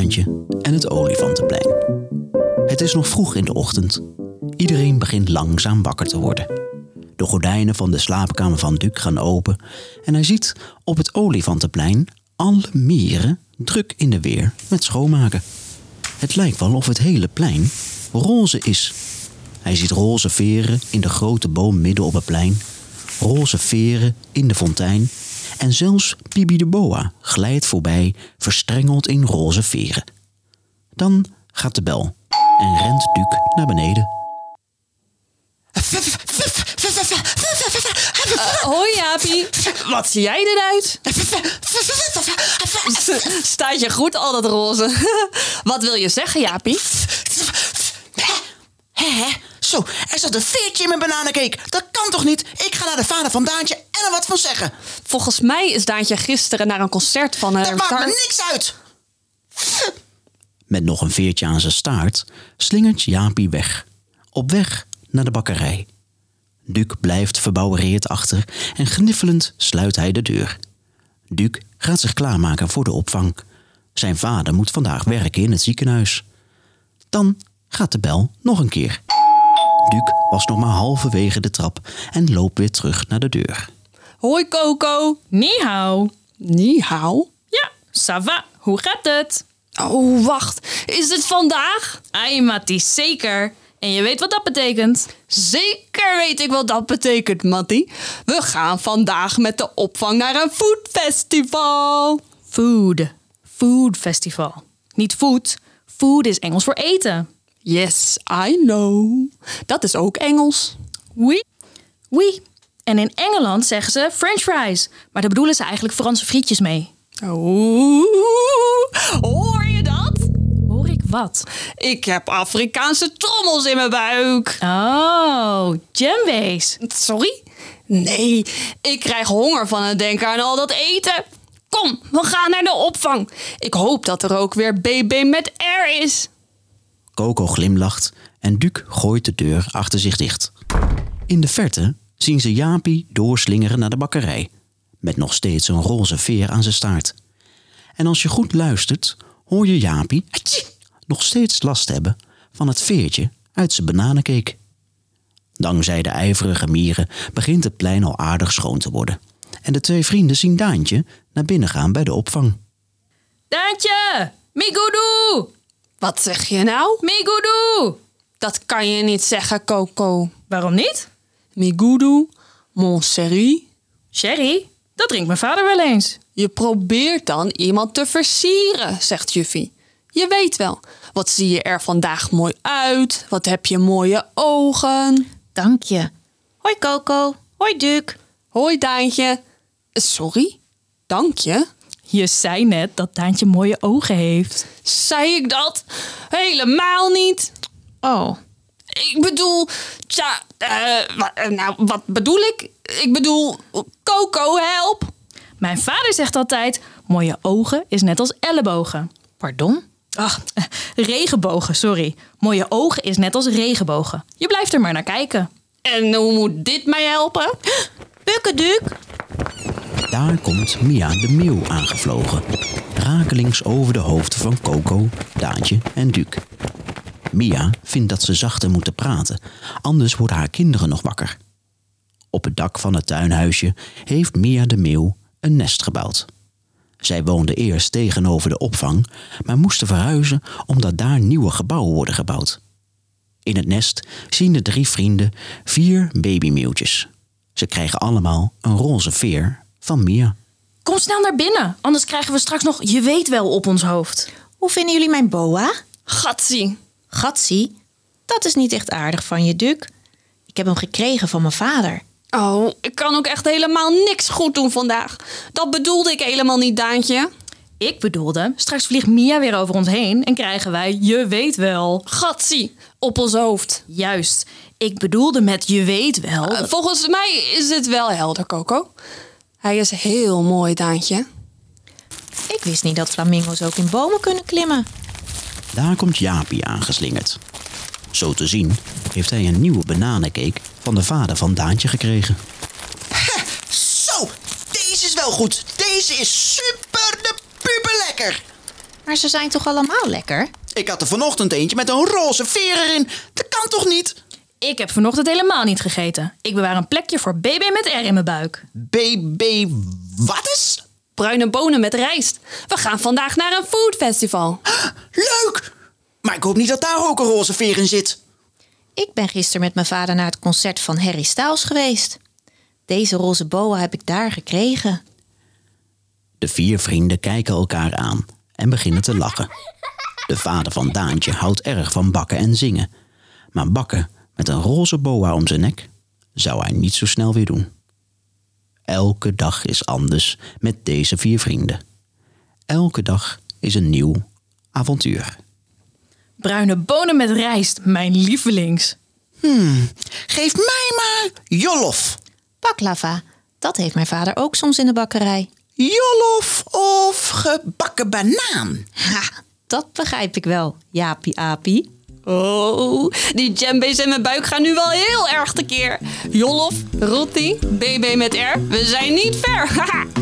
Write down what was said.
Daantje en het olifantenplein. Het is nog vroeg in de ochtend. Iedereen begint langzaam wakker te worden. De gordijnen van de slaapkamer van Duc gaan open en hij ziet op het olifantenplein alle mieren druk in de weer met schoonmaken. Het lijkt wel of het hele plein roze is. Hij ziet roze veren in de grote boom midden op het plein, roze veren in de fontein en zelfs Bibi de Boa glijdt voorbij, verstrengeld in roze veren. Dan gaat de bel en rent Duc naar beneden. Hoi Jaapie, wat zie jij eruit? Staat je goed al dat roze? Wat wil je zeggen, Jaapie? Zo, er zat een veertje in mijn bananencake. Dat kan toch niet? Ik ga naar de vader van Daantje en er wat van zeggen. Volgens mij is Daantje gisteren naar een concert van... Dat maakt me niks uit. Met nog een veertje aan zijn staart slingert Jaapie weg. Op weg naar de bakkerij. Duc blijft verbouwereerd achter en gniffelend sluit hij de deur. Duc gaat zich klaarmaken voor de opvang. Zijn vader moet vandaag werken in het ziekenhuis. Dan gaat de bel nog een keer. Duc was nog maar halverwege de trap en loopt weer terug naar de deur. Hoi Coco. Ni hao. Ni hao? Ja, ça va. Hoe gaat het? Oh, wacht. Is het vandaag? Ai, Mattie, zeker. En je weet wat dat betekent? Zeker weet ik wat dat betekent, Mattie. We gaan vandaag met de opvang naar een foodfestival. Food festival. Niet food. Food is Engels voor eten. Yes, I know. Dat is ook Engels. Oui. En in Engeland zeggen ze French fries. Maar daar bedoelen ze eigenlijk Franse frietjes mee. Oeh, hoor je dat? Hoor ik wat? Ik heb Afrikaanse trommels in mijn buik. Oh, djembe's. Sorry? Nee, ik krijg honger van het denken aan al dat eten. Kom, we gaan naar de opvang. Ik hoop dat er ook weer BB met R is. Coco glimlacht en Duc gooit de deur achter zich dicht. In de verte zien ze Jaapie doorslingeren naar de bakkerij, met nog steeds een roze veer aan zijn staart. En als je goed luistert, hoor je Jaapie nog steeds last hebben van het veertje uit zijn bananencake. Dankzij de ijverige mieren begint het plein al aardig schoon te worden. En de twee vrienden zien Daantje naar binnen gaan bij de opvang. Daantje! Migudu! Wat zeg je nou? Migudu! Dat kan je niet zeggen, Coco. Waarom niet? Migudu, mon chéri. Sherry? Dat drinkt mijn vader wel eens. Je probeert dan iemand te versieren, zegt juffie. Je weet wel, wat zie je er vandaag mooi uit? Wat heb je mooie ogen? Dank je. Hoi Coco. Hoi Duc. Hoi Daantje. Sorry, dank je. Je zei net dat Daantje mooie ogen heeft. Zei ik dat? Helemaal niet. Oh. Ik bedoel, wat bedoel ik? Ik bedoel, Coco, help. Mijn vader zegt altijd, mooie ogen is net als ellebogen. Pardon? Ach, regenbogen, sorry. Mooie ogen is net als regenbogen. Je blijft er maar naar kijken. En hoe moet dit mij helpen? Bukkeduk. Daar komt Mia de meeuw aangevlogen, rakelings over de hoofden van Coco, Daantje en Duc. Mia vindt dat ze zachter moeten praten, anders worden haar kinderen nog wakker. Op het dak van het tuinhuisje heeft Mia de meeuw een nest gebouwd. Zij woonde eerst tegenover de opvang, maar moesten verhuizen omdat daar nieuwe gebouwen worden gebouwd. In het nest zien de 3 vrienden 4 babymeeuwtjes. Ze krijgen allemaal een roze veer van Mia. Kom snel naar binnen, anders krijgen we straks nog je weet wel op ons hoofd. Hoe vinden jullie mijn boa? Gatsie. Gatsie? Dat is niet echt aardig van je, Duc. Ik heb hem gekregen van mijn vader. Oh, ik kan ook echt helemaal niks goed doen vandaag. Dat bedoelde ik helemaal niet, Daantje. Ik bedoelde, straks vliegt Mia weer over ons heen en krijgen wij je weet wel. Gatsie, op ons hoofd. Juist, ik bedoelde met je weet wel. Volgens mij is het wel helder, Coco. Hij is heel mooi, Daantje. Ik wist niet dat flamingo's ook in bomen kunnen klimmen. Daar komt Jaapie aangeslingerd. Zo te zien heeft hij een nieuwe bananencake van de vader van Daantje gekregen. Zo, deze is wel goed. Deze is super de puper lekker. Maar ze zijn toch allemaal lekker? Ik had er vanochtend eentje met een roze veer erin. Dat kan toch niet? Ik heb vanochtend helemaal niet gegeten. Ik bewaar een plekje voor BB met R in mijn buik. BB, wat is? Bruine bonen met rijst. We gaan vandaag naar een foodfestival. Leuk! Maar ik hoop niet dat daar ook een roze veer in zit. Ik ben gisteren met mijn vader naar het concert van Harry Styles geweest. Deze roze boa heb ik daar gekregen. De 4 vrienden kijken elkaar aan en beginnen te lachen. De vader van Daantje houdt erg van bakken en zingen. Maar bakken met een roze boa om zijn nek zou hij niet zo snel weer doen. Elke dag is anders met deze 4 vrienden. Elke dag is een nieuw avontuur. Bruine bonen met rijst, mijn lievelings. Geef mij maar jollof. Baklava, dat heeft mijn vader ook soms in de bakkerij. Jollof of gebakken banaan? Ha, dat begrijp ik wel, Jaapie-Apie. Oh, die djembe's in mijn buik gaan nu wel heel erg tekeer. Jollof, Rotti, BB met R, we zijn niet ver. Haha.